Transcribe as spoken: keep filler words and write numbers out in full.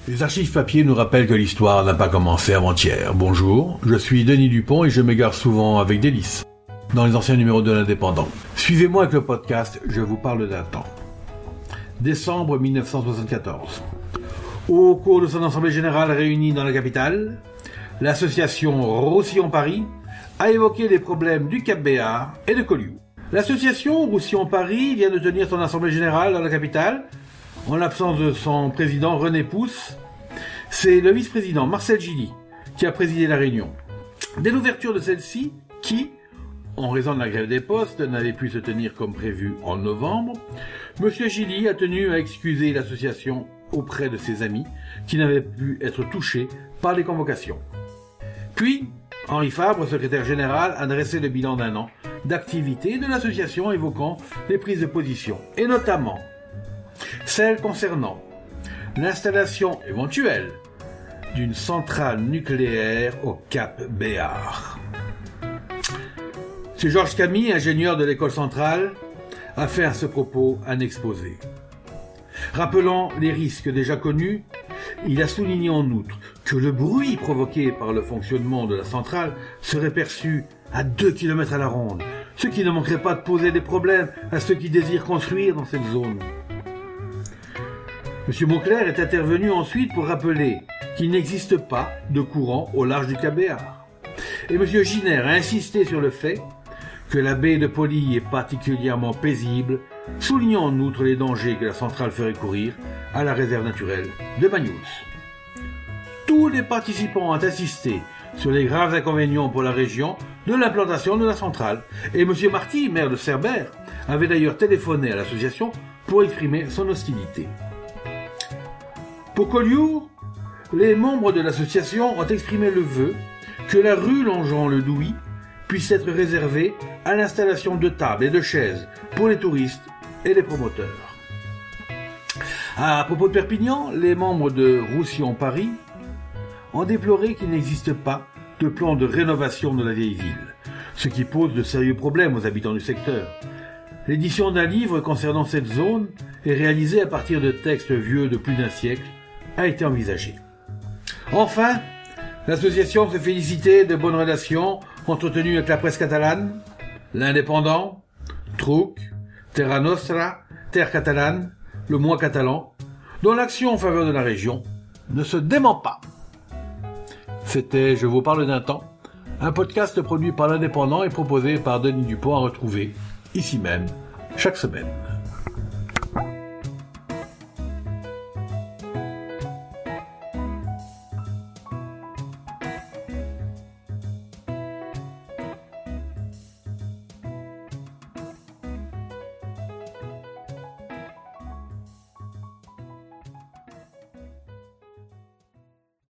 Les archives papier nous rappellent que l'histoire n'a pas commencé avant-hier. Bonjour, je suis Denis Dupont et je m'égare souvent avec délice dans les anciens numéros de l'Indépendant. Suivez-moi avec le podcast, je vous parle d'un temps. Décembre mille neuf cent soixante-quatorze. Au cours de son assemblée générale réunie dans la capitale, l'association Roussillon-Paris a évoqué les problèmes du Cap-Béar et de Collioure. L'association Roussillon-Paris vient de tenir son assemblée générale dans la capitale. En l'absence de son président René Pousse, c'est le vice-président Marcel Gilly qui a présidé la réunion. Dès l'ouverture de celle-ci, qui, en raison de la grève des postes, n'avait pu se tenir comme prévu en novembre, M. Gilly a tenu à excuser l'association auprès de ses amis qui n'avaient pu être touchés par les convocations. Puis, Henri Fabre, secrétaire général, a dressé le bilan d'un an d'activité de l'association évoquant les prises de position, et notamment celle concernant l'installation éventuelle d'une centrale nucléaire au Cap-Béar. M. Georges Camille, ingénieur de l'école centrale, a fait à ce propos un exposé. Rappelant les risques déjà connus, il a souligné en outre que le bruit provoqué par le fonctionnement de la centrale serait perçu à deux kilomètres à la ronde, ce qui ne manquerait pas de poser des problèmes à ceux qui désirent construire dans cette zone. M. Mauclerc est intervenu ensuite pour rappeler qu'il n'existe pas de courant au large du Cap-Béar. Et M. Giner a insisté sur le fait que la baie de Poly est particulièrement paisible, soulignant en outre les dangers que la centrale ferait courir à la réserve naturelle de Banyuls. Tous les participants ont insisté sur les graves inconvénients pour la région de l'implantation de la centrale. Et M. Marty, maire de Cerbère, avait d'ailleurs téléphoné à l'association pour exprimer son hostilité. Pour Collioure, les membres de l'association ont exprimé le vœu que la rue Longeant-le-Douy puisse être réservée à l'installation de tables et de chaises pour les touristes et les promoteurs. À propos de Perpignan, les membres de Roussillon-Paris ont déploré qu'il n'existe pas de plan de rénovation de la vieille ville, ce qui pose de sérieux problèmes aux habitants du secteur. L'édition d'un livre concernant cette zone est réalisée à partir de textes vieux de plus d'un siècle, a été envisagée. Enfin, l'association se félicitait de bonnes relations entretenues avec la presse catalane, l'Indépendant, Truc, Terra Nostra, Terre catalane, le Mois catalan, dont l'action en faveur de la région ne se dément pas. C'était Je vous parle d'un temps, un podcast produit par l'Indépendant et proposé par Denis Dupont à retrouver ici même chaque semaine.